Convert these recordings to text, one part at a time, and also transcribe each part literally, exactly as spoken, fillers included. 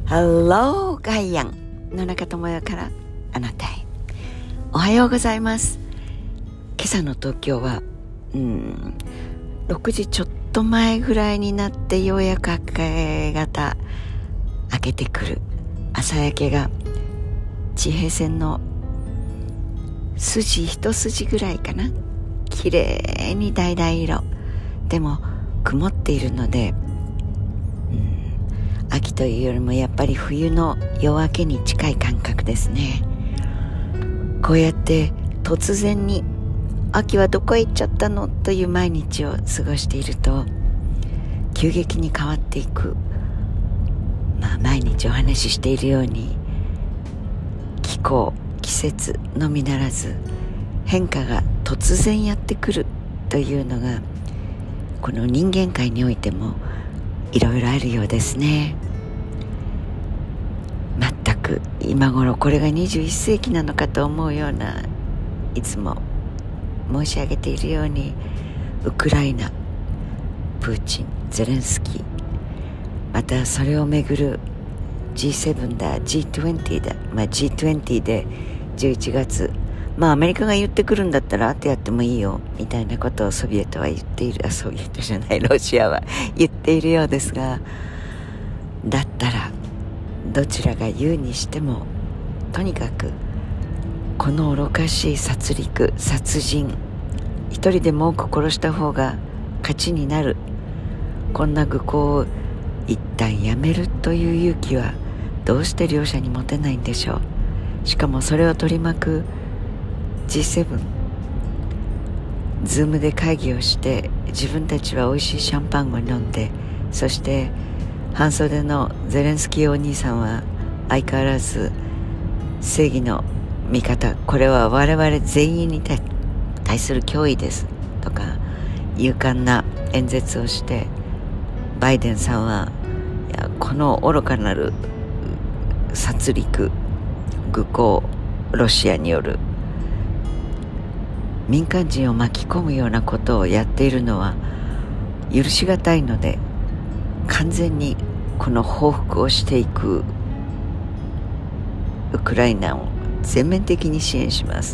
Hello ガイアン野中智代からあなたへおはようございます。今朝の東京はうーんろくじちょっと前ぐらいになってようやく明け方明けてくる朝焼けが地平線の筋一筋ぐらいかな、綺麗に橙色でも曇っているので、秋というよりもやっぱり冬の夜明けに近い感覚ですね。こうやって突然に秋はどこへ行っちゃったのという毎日を過ごしていると急激に変わっていく、まあ、毎日お話ししているように気候季節のみならず変化が突然やってくるというのがこの人間界においてもいろいろあるようですね。全く今頃これがにじゅういっせいきなのかと思うようないつも申し上げているようにウクライナ、プーチン、ゼレンスキー、またそれをめぐる ジーセブン だ ジートゥエンティー だ、まあ、ジートゥエンティー でじゅういちがつ、まあアメリカが言ってくるんだったら後やってもいいよみたいなことをソビエトは言っている、あソビエトじゃないロシアは言っているようですが、だったらどちらが言うにしてもとにかくこの愚かしい殺戮殺人、一人でも多く殺した方が勝ちになる、こんな愚行を一旦やめるという勇気はどうして両者に持てないんでしょう。しかもそれを取り巻く ジーセブン、 ズームで会議をして自分たちは美味しいシャンパンを飲んで、そして半袖のゼレンスキーお兄さんは相変わらず正義の味方、これは我々全員に対する脅威ですとか勇敢な演説をして、バイデンさんはいやこの愚かなる殺戮愚行、ロシアによる民間人を巻き込むようなことをやっているのは許しがたいので、完全にこの報復をしていくウクライナを全面的に支援します。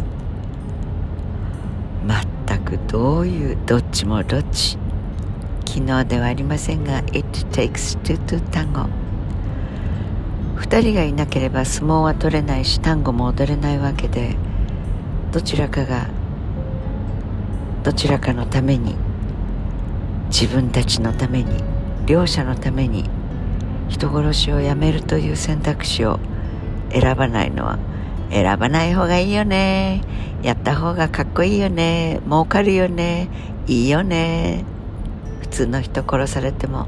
全くどういうどっちもどっち、昨日ではありませんが It takes two to tango、 二人がいなければ相撲は取れないしタンゴも踊れないわけで、どちらかがどちらかのために、自分たちのために、両者のために人殺しをやめるという選択肢を選ばないのは、選ばない方がいいよね、やった方がかっこいいよね、儲かるよね、いいよね、普通の人殺されても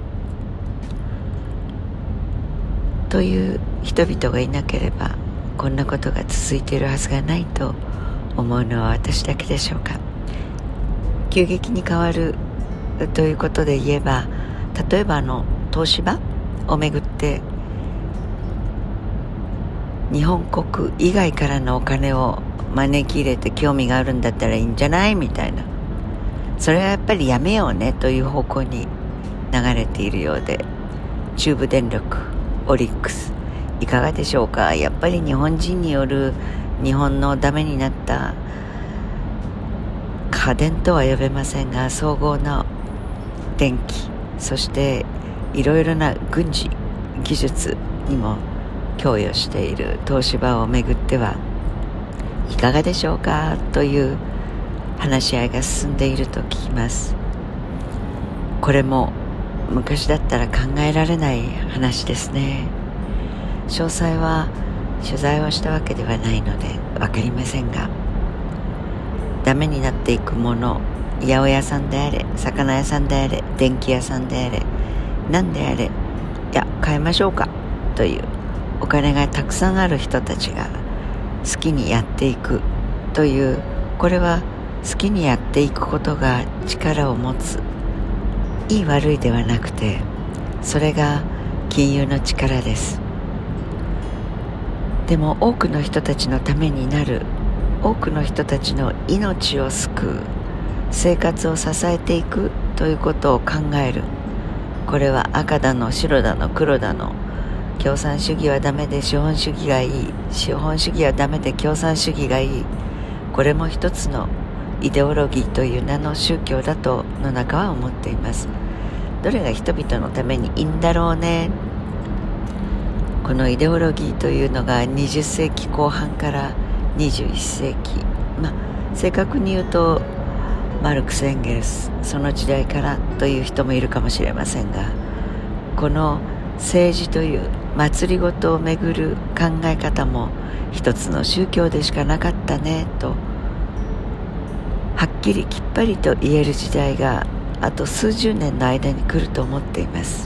という人々がいなければこんなことが続いているはずがないと思うのは私だけでしょうか。急激に変わるということで言えば、例えばあの東芝をめぐって日本国以外からのお金を招き入れて興味があるんだったらいいんじゃないみたいな、それはやっぱりやめようねという方向に流れているようで、中部電力、オリックスいかがでしょうか。やっぱり日本人による日本のダメになった家電とは呼べませんが総合の電気、そしていろいろな軍事技術にも供与している東芝をめぐってはいかがでしょうかという話し合いが進んでいると聞きます。これも昔だったら考えられない話ですね。詳細は取材をしたわけではないので分かりませんが、ダメになっていくもの、八百屋さんであれ、魚屋さんであれ、電気屋さんであれ、何であれ、いや変えましょうかというお金がたくさんある人たちが好きにやっていくという、これは好きにやっていくことが力を持つ、いい悪いではなくて、それが金融の力です。でも多くの人たちのためになる、多くの人たちの命を救う、生活を支えていくということを考える、これは赤だの白だの黒だの共産主義はダメで資本主義がいい、資本主義はダメで共産主義がいい、これも一つのイデオロギーという名の宗教だと野中は思っています。どれが人々のためにいいんだろうね。このイデオロギーというのがにじゅっせいきこう半からにじゅういっせいき、まあ正確に言うとマルクス・エンゲルス、その時代からという人もいるかもしれませんが、この政治という祭りごとをめぐる考え方も一つの宗教でしかなかったねとはっきりきっぱりと言える時代があと数十年の間に来ると思っています。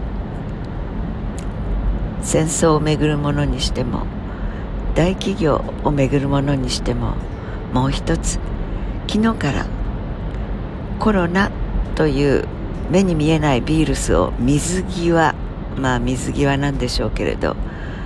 戦争をめぐるものにしても大企業をめぐるものにしても、もう一つ昨日からコロナという目に見えないウイルスを水際、まあ水際なんでしょうけれど、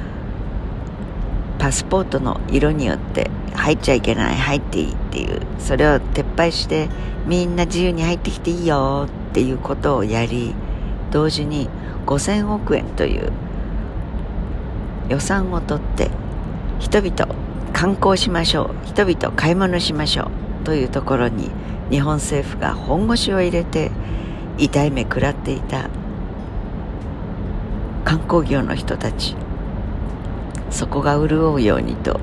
パスポートの色によって入っちゃいけない、入っていいっていう、それを撤廃してみんな自由に入ってきていいよっていうことをやり、同時にごせんおくえんという予算を取って人々観光しましょう、人々買い物しましょうというところに日本政府が本腰を入れて痛い目食らっていた観光業の人たち、そこが潤うようにと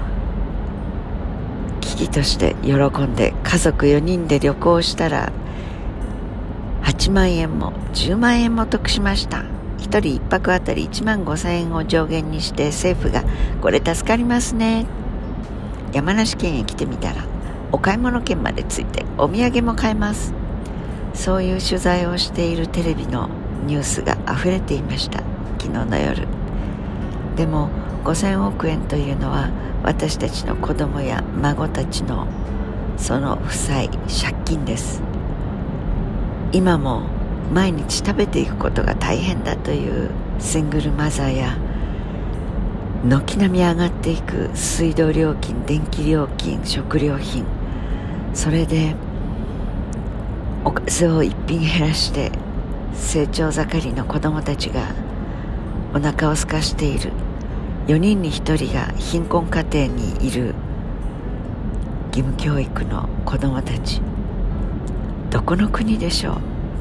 危機として喜んで家族よにんで旅行したらはちまんえんもじゅうまんえんも得しました。ひとりいっぱくあたりいちまんごせんえんを上限にして政府がこれ助かりますね。山梨県へ来てみたらお買い物券までついてお土産も買えます。そういう取材をしているテレビのニュースがあふれていました、昨日の夜。でもごせんおくえんというのは私たちの子供や孫たちのその負債、借金です。今も毎日食べていくことが大変だというシングルマザーや、軒並み上がっていく水道料金、電気料金、食料品、それでおかずを一品減らして成長盛りの子供たちがお腹を空かしている、よにんにひとりが貧困家庭にいる義務教育の子供たち、どこの国でしょう。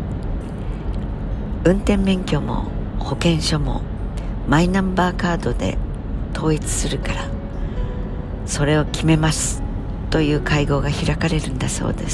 運転免許も保険証もマイナンバーカードで統一するから、それを決めますという会合が開かれるんだそうです。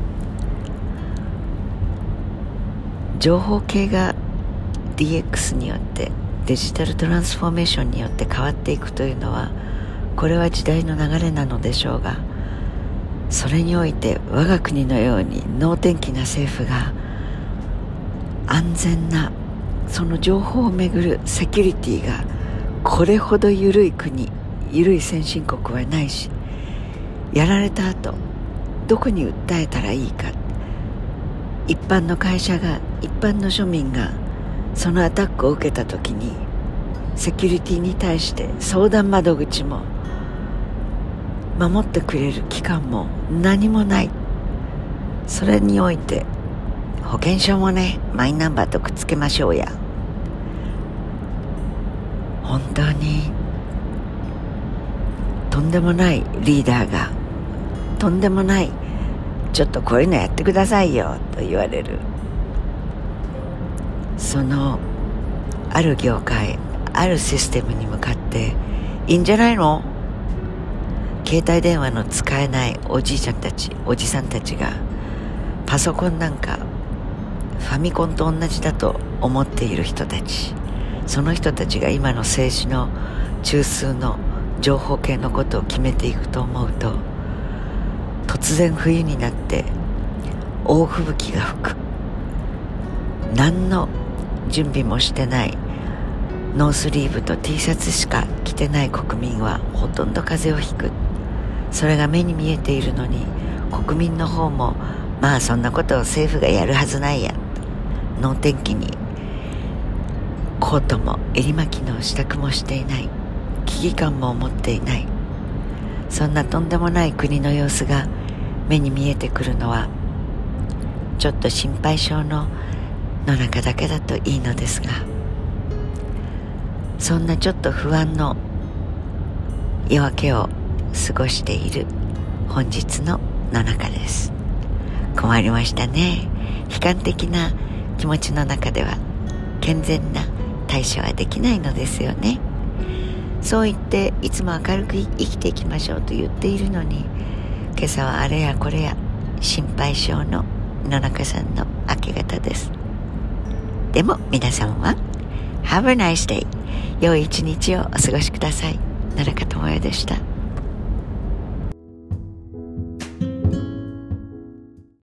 情報系が ディーエックス によって、デジタルトランスフォーメーションによって変わっていくというのは、これは時代の流れなのでしょうが、それにおいて我が国のように能天気な政府が安全なその情報をめぐるセキュリティがこれほど緩い国、緩い先進国はないし、やられた後どこに訴えたらいいか、一般の会社が、一般の庶民がそのアタックを受けた時にセキュリティに対して相談窓口も守ってくれる機関も何もない。それにおいて保険証もね、マイナンバーとくっつけましょうや。本当にとんでもないリーダーが、とんでもないちょっとこういうのやってくださいよと言われる、そのある業界、あるシステムに向かっていいんじゃないの、携帯電話の使えないおじいちゃんたち、おじさんたちがパソコンなんかファミコンと同じだと思っている人たち、その人たちが今の政治の中枢の情報系のことを決めていくと思うと、突然冬になって大吹雪が吹く、何の準備もしてないノースリーブと T シャツしか着てない国民はほとんど風邪をひく。それが目に見えているのに、国民の方もまあそんなことを政府がやるはずないや、能天気にコートも襟巻きの支度もしていない、危機感も持っていない、そんなとんでもない国の様子が目に見えてくるのは、ちょっと心配性の野中だけだといいのですが、 そんなちょっと不安の夜明けを過ごしている本日の野中です。困りましたね。悲観的な気持ちの中では健全な対処はできないのですよね。そう言っていつも明るく生きていきましょうと言っているのに、今朝はあれやこれや心配性の野中さんの明け方です。でも皆さんは Have a nice day、 良い一日をお過ごしください。野中智代でした。